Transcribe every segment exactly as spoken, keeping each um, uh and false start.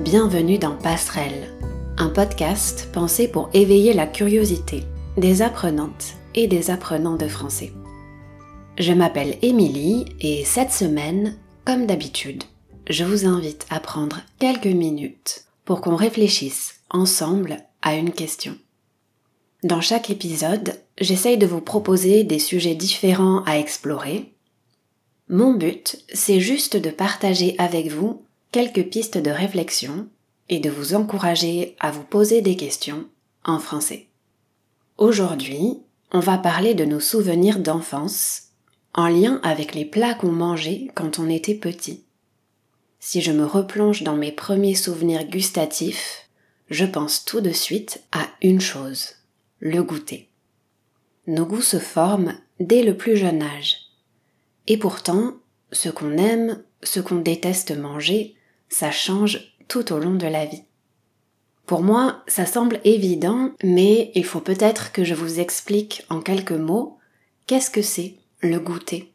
Bienvenue dans Passerelle, un podcast pensé pour éveiller la curiosité des apprenantes et des apprenants de français. Je m'appelle Émilie et cette semaine, comme d'habitude, je vous invite à prendre quelques minutes pour qu'on réfléchisse ensemble à une question. Dans chaque épisode, j'essaye de vous proposer des sujets différents à explorer. Mon but, c'est juste de partager avec vous quelques pistes de réflexion et de vous encourager à vous poser des questions en français. Aujourd'hui, on va parler de nos souvenirs d'enfance en lien avec les plats qu'on mangeait quand on était petit. Si je me replonge dans mes premiers souvenirs gustatifs, je pense tout de suite à une chose, le goûter. Nos goûts se forment dès le plus jeune âge. Et pourtant, ce qu'on aime, ce qu'on déteste manger, ça change tout au long de la vie. Pour moi, ça semble évident, mais il faut peut-être que je vous explique en quelques mots qu'est-ce que c'est le goûter.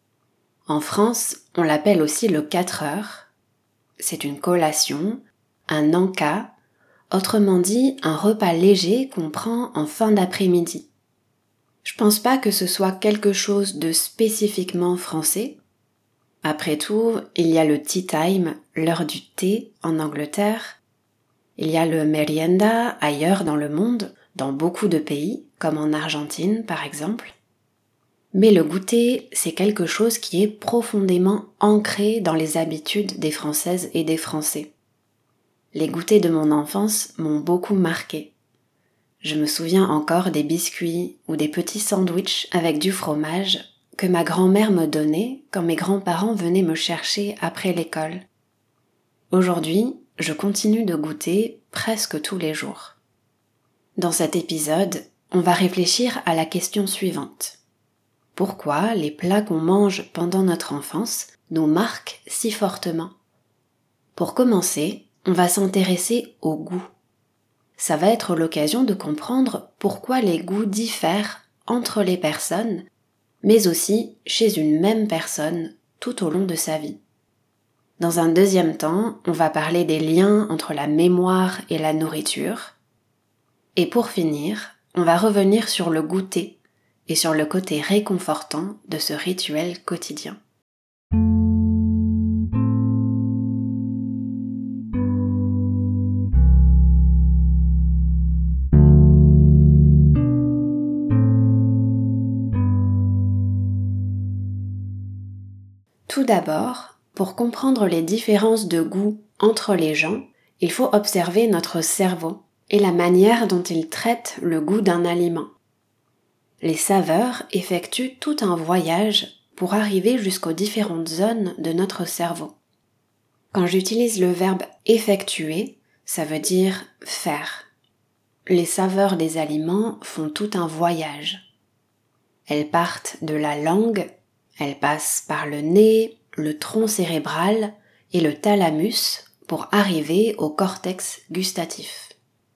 En France, on l'appelle aussi le quatre heures. C'est une collation, un encas, autrement dit un repas léger qu'on prend en fin d'après-midi. Je pense pas que ce soit quelque chose de spécifiquement français. Après tout, il y a le tea time, l'heure du thé en Angleterre. Il y a le merienda ailleurs dans le monde, dans beaucoup de pays, comme en Argentine par exemple. Mais le goûter, c'est quelque chose qui est profondément ancré dans les habitudes des Françaises et des Français. Les goûters de mon enfance m'ont beaucoup marqué. Je me souviens encore des biscuits ou des petits sandwichs avec du fromage que ma grand-mère me donnait quand mes grands-parents venaient me chercher après l'école. Aujourd'hui, je continue de goûter presque tous les jours. Dans cet épisode, on va réfléchir à la question suivante. Pourquoi les plats qu'on mange pendant notre enfance nous marquent si fortement ? Pour commencer, on va s'intéresser au goût. Ça va être l'occasion de comprendre pourquoi les goûts diffèrent entre les personnes, mais aussi chez une même personne tout au long de sa vie. Dans un deuxième temps, on va parler des liens entre la mémoire et la nourriture. Et pour finir, on va revenir sur le goûter et sur le côté réconfortant de ce rituel quotidien. Tout d'abord, pour comprendre les différences de goût entre les gens, il faut observer notre cerveau et la manière dont il traite le goût d'un aliment. Les saveurs effectuent tout un voyage pour arriver jusqu'aux différentes zones de notre cerveau. Quand j'utilise le verbe « effectuer », ça veut dire « faire ». Les saveurs des aliments font tout un voyage. Elles partent de la langue, elles passent par le nez, le tronc cérébral et le thalamus pour arriver au cortex gustatif.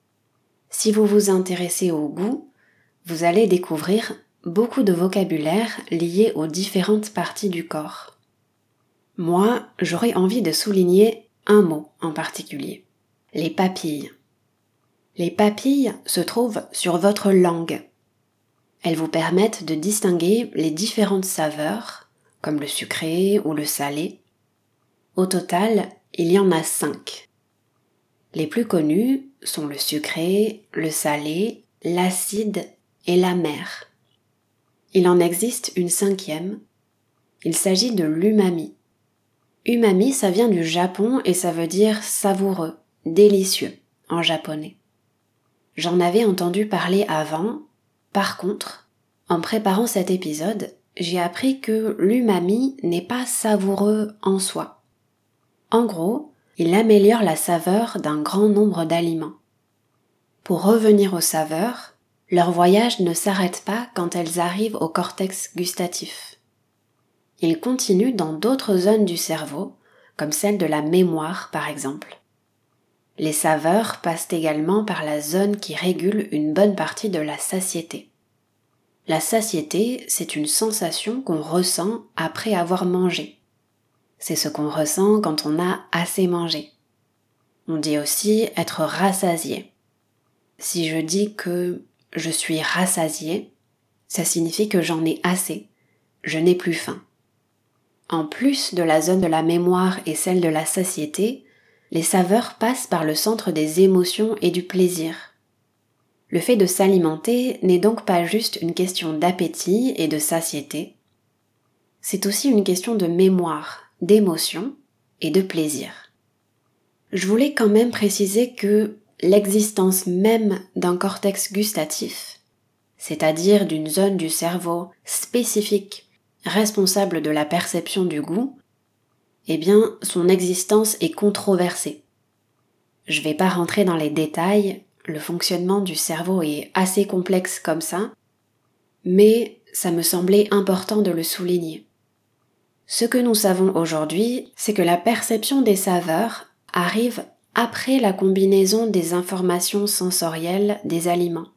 Si vous vous intéressez au goût, vous allez découvrir beaucoup de vocabulaire lié aux différentes parties du corps. Moi, j'aurais envie de souligner un mot en particulier, les papilles. Les papilles se trouvent sur votre langue. Elles vous permettent de distinguer les différentes saveurs, comme le sucré ou le salé. Au total, il y en a cinq. Les plus connus sont le sucré, le salé, l'acide et l'amer. Il en existe une cinquième. Il s'agit de l'umami. Umami, ça vient du Japon et ça veut dire savoureux, délicieux en japonais. J'en avais entendu parler avant. Par contre, en préparant cet épisode, j'ai appris que l'umami n'est pas savoureux en soi. En gros, il améliore la saveur d'un grand nombre d'aliments. Pour revenir aux saveurs, leur voyage ne s'arrête pas quand elles arrivent au cortex gustatif. Il continue dans d'autres zones du cerveau, comme celle de la mémoire par exemple. Les saveurs passent également par la zone qui régule une bonne partie de la satiété. La satiété, c'est une sensation qu'on ressent après avoir mangé. C'est ce qu'on ressent quand on a assez mangé. On dit aussi être rassasié. Si je dis que je suis rassasié, ça signifie que j'en ai assez, je n'ai plus faim. En plus de la zone de la mémoire et celle de la satiété, les saveurs passent par le centre des émotions et du plaisir. Le fait de s'alimenter n'est donc pas juste une question d'appétit et de satiété, c'est aussi une question de mémoire, d'émotion et de plaisir. Je voulais quand même préciser que l'existence même d'un cortex gustatif, c'est-à-dire d'une zone du cerveau spécifique responsable de la perception du goût, eh bien, son existence est controversée. Je ne vais pas rentrer dans les détails, le fonctionnement du cerveau est assez complexe comme ça, mais ça me semblait important de le souligner. Ce que nous savons aujourd'hui, c'est que la perception des saveurs arrive après la combinaison des informations sensorielles des aliments.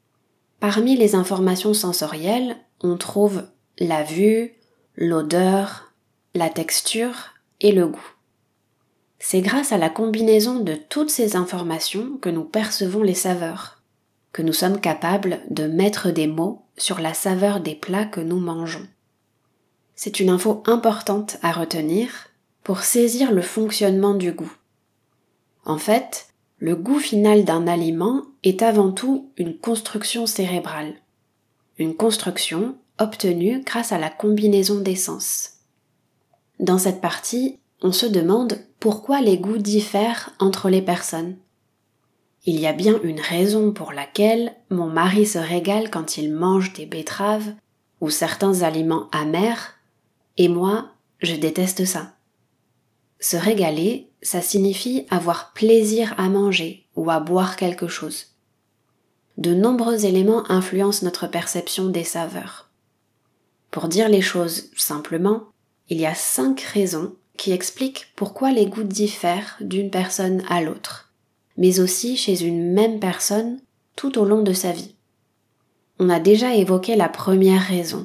Parmi les informations sensorielles, on trouve la vue, l'odeur, la texture et le goût. C'est grâce à la combinaison de toutes ces informations que nous percevons les saveurs, que nous sommes capables de mettre des mots sur la saveur des plats que nous mangeons. C'est une info importante à retenir pour saisir le fonctionnement du goût. En fait, le goût final d'un aliment est avant tout une construction cérébrale. Une construction obtenue grâce à la combinaison des sens. Dans cette partie, on se demande pourquoi les goûts diffèrent entre les personnes. Il y a bien une raison pour laquelle mon mari se régale quand il mange des betteraves ou certains aliments amers, et moi, je déteste ça. Se régaler, ça signifie avoir plaisir à manger ou à boire quelque chose. De nombreux éléments influencent notre perception des saveurs. Pour dire les choses simplement, il y a cinq raisons qui expliquent pourquoi les goûts diffèrent d'une personne à l'autre, mais aussi chez une même personne tout au long de sa vie. On a déjà évoqué la première raison.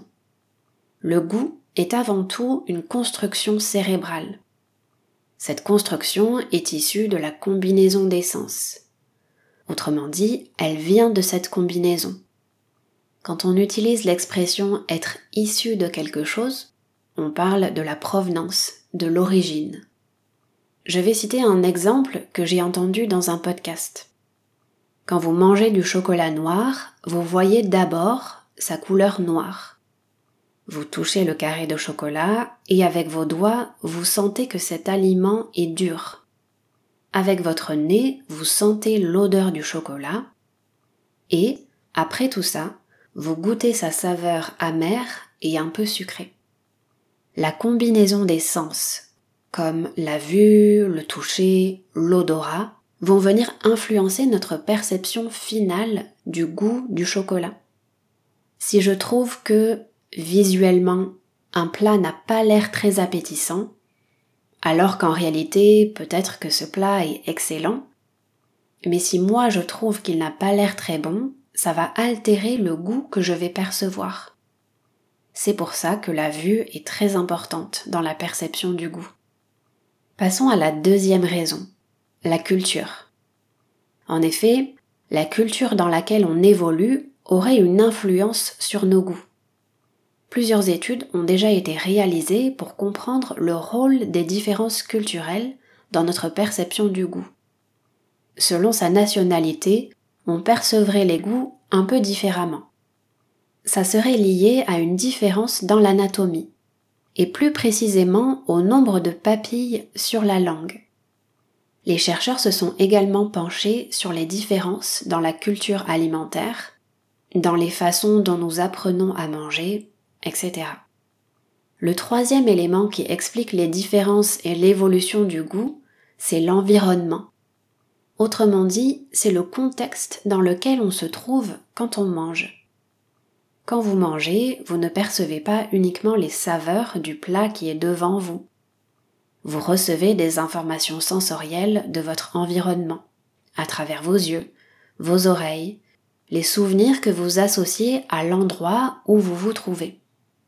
Le goût est avant tout une construction cérébrale. Cette construction est issue de la combinaison des sens. Autrement dit, elle vient de cette combinaison. Quand on utilise l'expression « être issu de quelque chose », on parle de la provenance, de l'origine. Je vais citer un exemple que j'ai entendu dans un podcast. Quand vous mangez du chocolat noir, vous voyez d'abord sa couleur noire. Vous touchez le carré de chocolat et avec vos doigts, vous sentez que cet aliment est dur. Avec votre nez, vous sentez l'odeur du chocolat et, après tout ça, vous goûtez sa saveur amère et un peu sucrée. La combinaison des sens, comme la vue, le toucher, l'odorat, vont venir influencer notre perception finale du goût du chocolat. Si je trouve que, visuellement, un plat n'a pas l'air très appétissant, alors qu'en réalité, peut-être que ce plat est excellent, mais si moi je trouve qu'il n'a pas l'air très bon, ça va altérer le goût que je vais percevoir. C'est pour ça que la vue est très importante dans la perception du goût. Passons à la deuxième raison, la culture. En effet, la culture dans laquelle on évolue aurait une influence sur nos goûts. Plusieurs études ont déjà été réalisées pour comprendre le rôle des différences culturelles dans notre perception du goût. Selon sa nationalité, on percevrait les goûts un peu différemment. Ça serait lié à une différence dans l'anatomie, et plus précisément au nombre de papilles sur la langue. Les chercheurs se sont également penchés sur les différences dans la culture alimentaire, dans les façons dont nous apprenons à manger, et cetera. Le troisième élément qui explique les différences et l'évolution du goût, c'est l'environnement. Autrement dit, c'est le contexte dans lequel on se trouve quand on mange. Quand vous mangez, vous ne percevez pas uniquement les saveurs du plat qui est devant vous. Vous recevez des informations sensorielles de votre environnement, à travers vos yeux, vos oreilles, les souvenirs que vous associez à l'endroit où vous vous trouvez.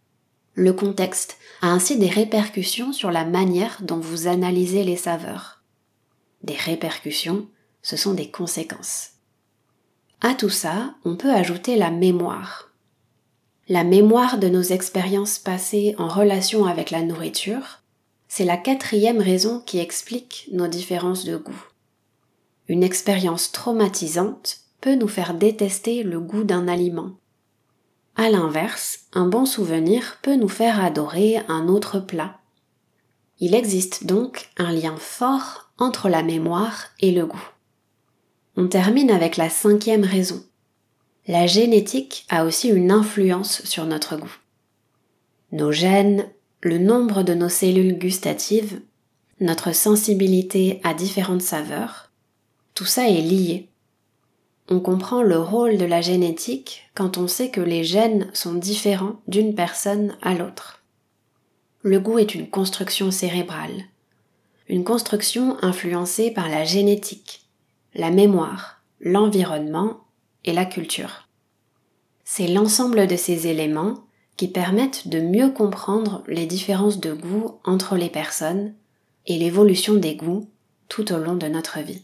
Le contexte a ainsi des répercussions sur la manière dont vous analysez les saveurs. des répercussions, ce sont des conséquences. À tout ça, on peut ajouter la mémoire. La mémoire de nos expériences passées en relation avec la nourriture, c'est la quatrième raison qui explique nos différences de goût. Une expérience traumatisante peut nous faire détester le goût d'un aliment. À l'inverse, un bon souvenir peut nous faire adorer un autre plat. Il existe donc un lien fort entre la mémoire et le goût. On termine avec la cinquième raison. La génétique a aussi une influence sur notre goût. Nos gènes, le nombre de nos cellules gustatives, notre sensibilité à différentes saveurs, tout ça est lié. On comprend le rôle de la génétique quand on sait que les gènes sont différents d'une personne à l'autre. Le goût est une construction cérébrale, une construction influencée par la génétique, la mémoire, l'environnement et la culture. C'est l'ensemble de ces éléments qui permettent de mieux comprendre les différences de goût entre les personnes et l'évolution des goûts tout au long de notre vie.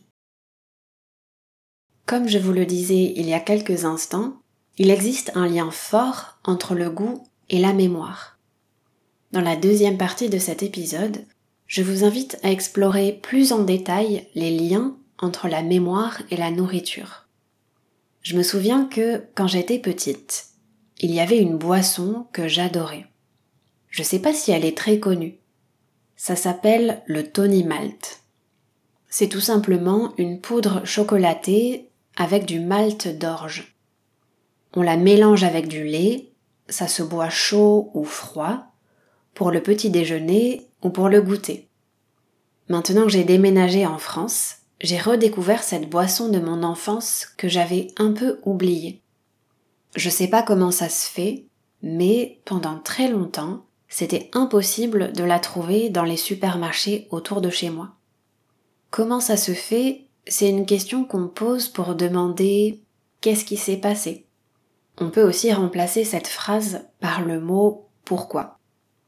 Comme je vous le disais il y a quelques instants, il existe un lien fort entre le goût et la mémoire. Dans la deuxième partie de cet épisode, je vous invite à explorer plus en détail les liens entre la mémoire et la nourriture. Je me souviens que, quand j'étais petite, il y avait une boisson que j'adorais. Je ne sais pas si elle est très connue. Ça s'appelle le Tony Malt. C'est tout simplement une poudre chocolatée avec du malt d'orge. On la mélange avec du lait, ça se boit chaud ou froid, pour le petit déjeuner ou pour le goûter. Maintenant que j'ai déménagé en France, j'ai redécouvert cette boisson de mon enfance que j'avais un peu oubliée. Je sais pas comment ça se fait, mais pendant très longtemps, c'était impossible de la trouver dans les supermarchés autour de chez moi. Comment ça se fait ? C'est une question qu'on pose pour demander « qu'est-ce qui s'est passé ?» On peut aussi remplacer cette phrase par le mot « pourquoi ?»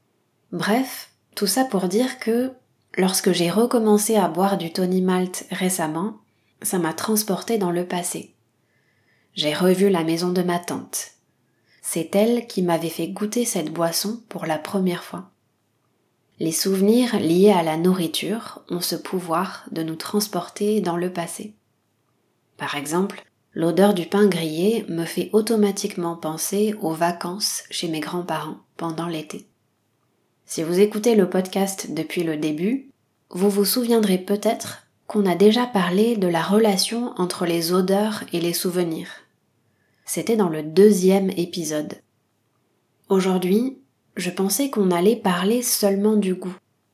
Bref, tout ça pour dire que lorsque j'ai recommencé à boire du Tony Malt récemment, ça m'a transportée dans le passé. J'ai revu la maison de ma tante. C'est elle qui m'avait fait goûter cette boisson pour la première fois. Les souvenirs liés à la nourriture ont ce pouvoir de nous transporter dans le passé. Par exemple, l'odeur du pain grillé me fait automatiquement penser aux vacances chez mes grands-parents pendant l'été. Si vous écoutez le podcast depuis le début, vous vous souviendrez peut-être qu'on a déjà parlé de la relation entre les odeurs et les souvenirs. C'était dans le deuxième épisode. Aujourd'hui, je pensais qu'on allait parler seulement du goût.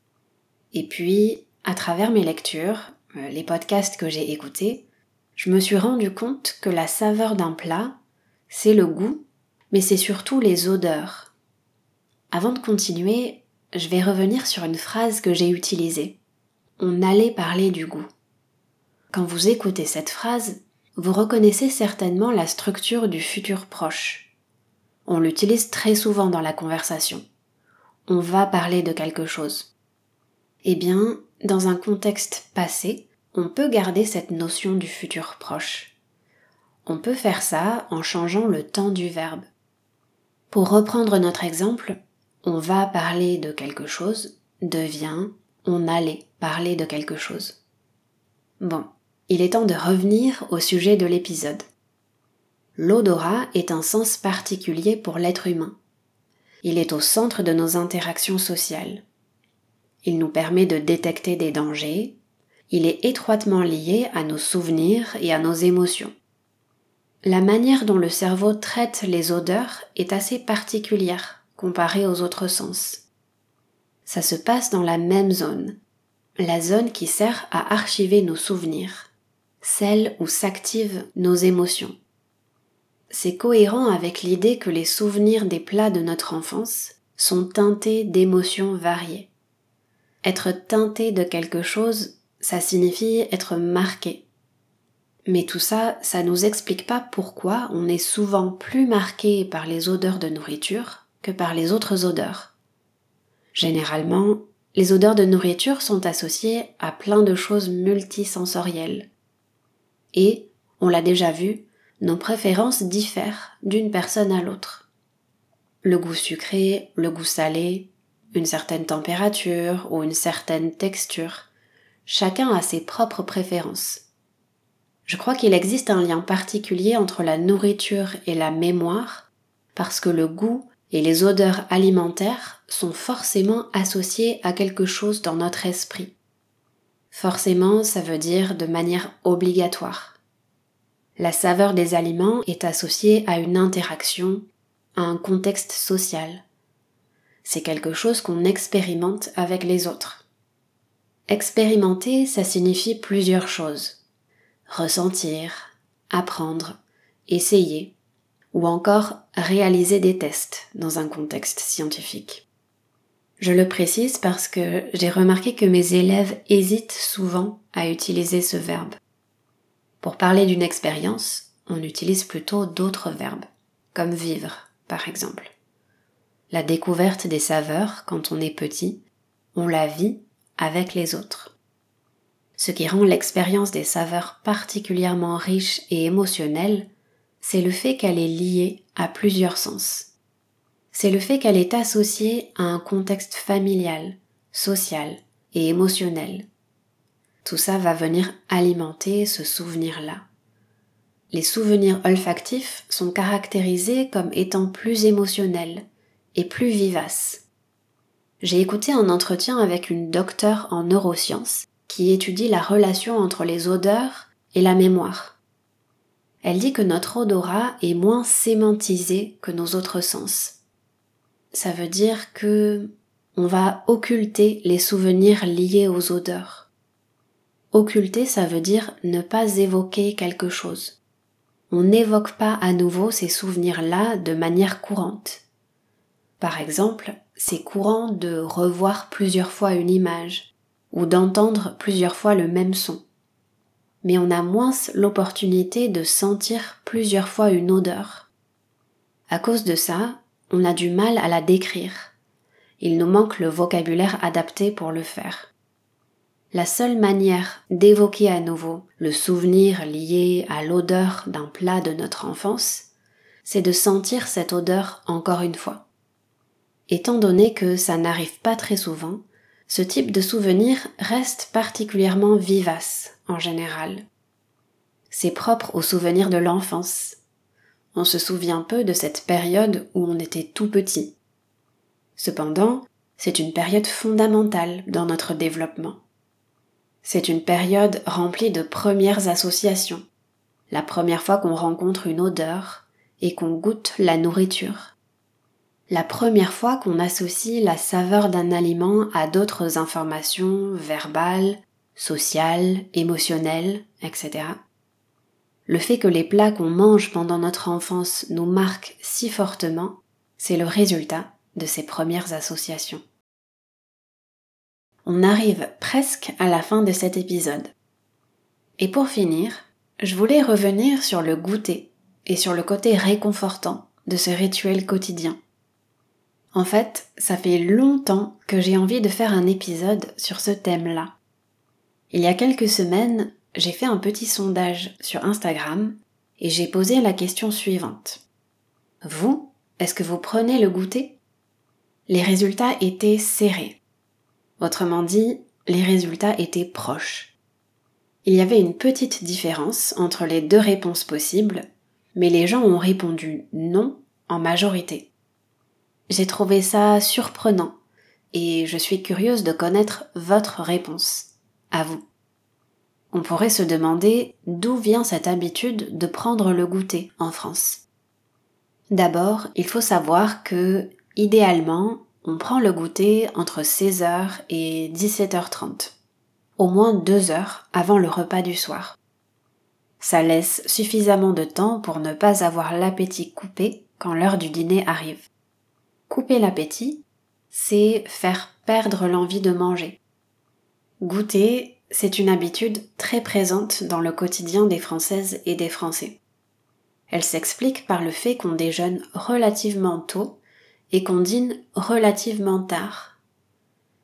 Et puis, à travers mes lectures, les podcasts que j'ai écoutés, je me suis rendu compte que la saveur d'un plat, c'est le goût, mais c'est surtout les odeurs. Avant de continuer, je vais revenir sur une phrase que j'ai utilisée. On allait parler du goût. Quand vous écoutez cette phrase, vous reconnaissez certainement la structure du futur proche. On l'utilise très souvent dans la conversation. On va parler de quelque chose. Eh bien, dans un contexte passé, on peut garder cette notion du futur proche. On peut faire ça en changeant le temps du verbe. Pour reprendre notre exemple, on va parler de quelque chose devient on allait parler de quelque chose. Bon, il est temps de revenir au sujet de l'épisode. L'odorat est un sens particulier pour l'être humain. Il est au centre de nos interactions sociales. Il nous permet de détecter des dangers. Il est étroitement lié à nos souvenirs et à nos émotions. La manière dont le cerveau traite les odeurs est assez particulière comparée aux autres sens. Ça se passe dans la même zone, la zone qui sert à archiver nos souvenirs, celle où s'activent nos émotions. C'est cohérent avec l'idée que les souvenirs des plats de notre enfance sont teintés d'émotions variées. Être teinté de quelque chose, ça signifie être marqué. Mais tout ça, ça nous explique pas pourquoi on est souvent plus marqué par les odeurs de nourriture que par les autres odeurs. Généralement, Les odeurs de nourriture sont associées à plein de choses multisensorielles. Et, on l'a déjà vu, nos préférences diffèrent d'une personne à l'autre. Le goût sucré, le goût salé, une certaine température ou une certaine texture, chacun a ses propres préférences. Je crois qu'il existe un lien particulier entre la nourriture et la mémoire, parce que le goût et les odeurs alimentaires sont forcément associés à quelque chose dans notre esprit. Forcément, ça veut dire de manière obligatoire. La saveur des aliments est associée à une interaction, à un contexte social. C'est quelque chose qu'on expérimente avec les autres. Expérimenter, ça signifie plusieurs choses. Ressentir, apprendre, essayer, ou encore réaliser des tests dans un contexte scientifique. Je le précise parce que j'ai remarqué que mes élèves hésitent souvent à utiliser ce verbe. Pour parler d'une expérience, on utilise plutôt d'autres verbes, comme vivre, par exemple. La découverte des saveurs, quand on est petit, on la vit avec les autres. Ce qui rend l'expérience des saveurs particulièrement riche et émotionnelle, c'est le fait qu'elle est liée à plusieurs sens. C'est le fait qu'elle est associée à un contexte familial, social et émotionnel. Tout ça va venir alimenter ce souvenir-là. Les souvenirs olfactifs sont caractérisés comme étant plus émotionnels et plus vivaces. J'ai écouté un entretien avec une docteure en neurosciences qui étudie la relation entre les odeurs et la mémoire. Elle dit que notre odorat est moins sémantisé que nos autres sens. Ça veut dire que on va occulter les souvenirs liés aux odeurs. Occulter, ça veut dire ne pas évoquer quelque chose. On n'évoque pas à nouveau ces souvenirs-là de manière courante. Par exemple, c'est courant de revoir plusieurs fois une image ou d'entendre plusieurs fois le même son. Mais on a moins l'opportunité de sentir plusieurs fois une odeur. À cause de ça, on a du mal à la décrire. Il nous manque le vocabulaire adapté pour le faire. La seule manière d'évoquer à nouveau le souvenir lié à l'odeur d'un plat de notre enfance, c'est de sentir cette odeur encore une fois. Étant donné que ça n'arrive pas très souvent, ce type de souvenir reste particulièrement vivace en général. C'est propre au souvenir de l'enfance. On se souvient peu de cette période où on était tout petit. Cependant, c'est une période fondamentale dans notre développement. C'est une période remplie de premières associations. La première fois qu'on rencontre une odeur et qu'on goûte la nourriture. La première fois qu'on associe la saveur d'un aliment à d'autres informations verbales, sociales, émotionnelles, et cetera. Le fait que les plats qu'on mange pendant notre enfance nous marquent si fortement, c'est le résultat de ces premières associations. On arrive presque à la fin de cet épisode. Et pour finir, je voulais revenir sur le goûter et sur le côté réconfortant de ce rituel quotidien. En fait, ça fait longtemps que j'ai envie de faire un épisode sur ce thème-là. Il y a quelques semaines, j'ai fait un petit sondage sur Instagram et j'ai posé la question suivante. Vous, est-ce que vous prenez le goûter ? Les résultats étaient serrés. Autrement dit, les résultats étaient proches. Il y avait une petite différence entre les deux réponses possibles, mais les gens ont répondu non en majorité. J'ai trouvé ça surprenant et je suis curieuse de connaître votre réponse. À vous. On pourrait se demander d'où vient cette habitude de prendre le goûter en France. D'abord, il faut savoir que, idéalement, on prend le goûter entre seize heures et dix-sept heures trente, au moins deux heures avant le repas du soir. Ça laisse suffisamment de temps pour ne pas avoir l'appétit coupé quand l'heure du dîner arrive. Couper l'appétit, c'est faire perdre l'envie de manger. Goûter, c'est une habitude très présente dans le quotidien des Françaises et des Français. Elle s'explique par le fait qu'on déjeune relativement tôt et qu'on dîne relativement tard.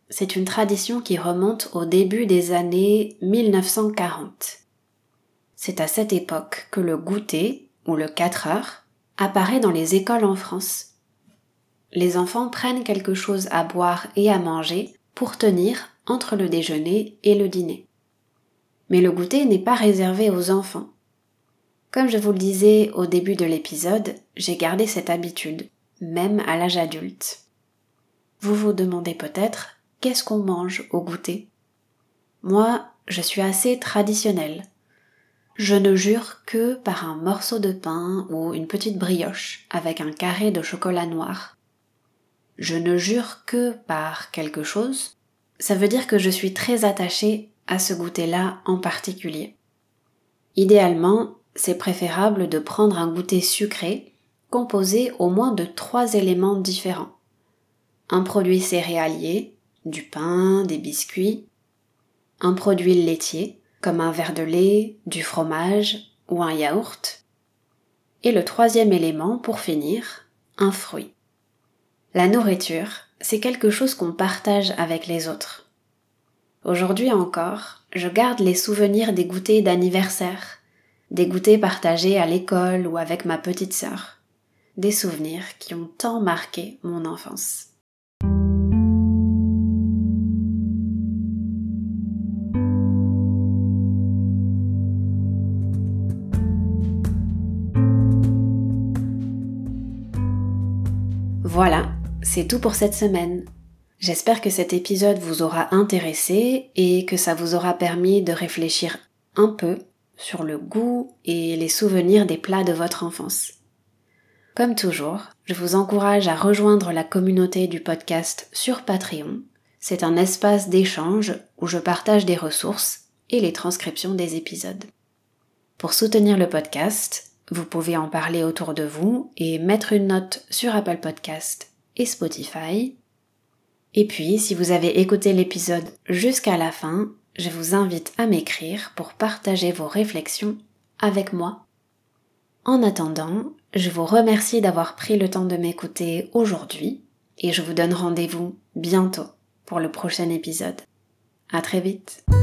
c'est une tradition qui remonte au début des années mille neuf cent quarante. C'est à cette époque que le goûter, ou le quatre heures, apparaît dans les écoles en France. Les enfants prennent quelque chose à boire et à manger pour tenir entre le déjeuner et le dîner. Mais le goûter n'est pas réservé aux enfants. Comme je vous le disais au début de l'épisode, j'ai gardé cette habitude, même à l'âge adulte. Vous vous demandez peut-être, qu'est-ce qu'on mange au goûter ? Moi, je suis assez traditionnelle. Je ne jure que par un morceau de pain ou une petite brioche avec un carré de chocolat noir. Je ne jure que par quelque chose. Ça veut dire que je suis très attachée à ce goûter-là en particulier. Idéalement, c'est préférable de prendre un goûter sucré composé au moins de trois éléments différents. Un produit céréalier, du pain, des biscuits, un produit laitier, comme un verre de lait, du fromage ou un yaourt, et le troisième élément, pour finir, un fruit. La nourriture, c'est quelque chose qu'on partage avec les autres. Aujourd'hui encore, je garde les souvenirs des goûters d'anniversaire, des goûters partagés à l'école ou avec ma petite sœur, des souvenirs qui ont tant marqué mon enfance. Voilà, c'est tout pour cette semaine. J'espère que cet épisode vous aura intéressé et que ça vous aura permis de réfléchir un peu sur le goût et les souvenirs des plats de votre enfance. Comme toujours, je vous encourage à rejoindre la communauté du podcast sur Patreon. C'est un espace d'échange où je partage des ressources et les transcriptions des épisodes. Pour soutenir le podcast, vous pouvez en parler autour de vous et mettre une note sur Apple Podcast et Spotify. Et puis, si vous avez écouté l'épisode jusqu'à la fin, je vous invite à m'écrire pour partager vos réflexions avec moi. En attendant, je vous remercie d'avoir pris le temps de m'écouter aujourd'hui et je vous donne rendez-vous bientôt pour le prochain épisode. À très vite.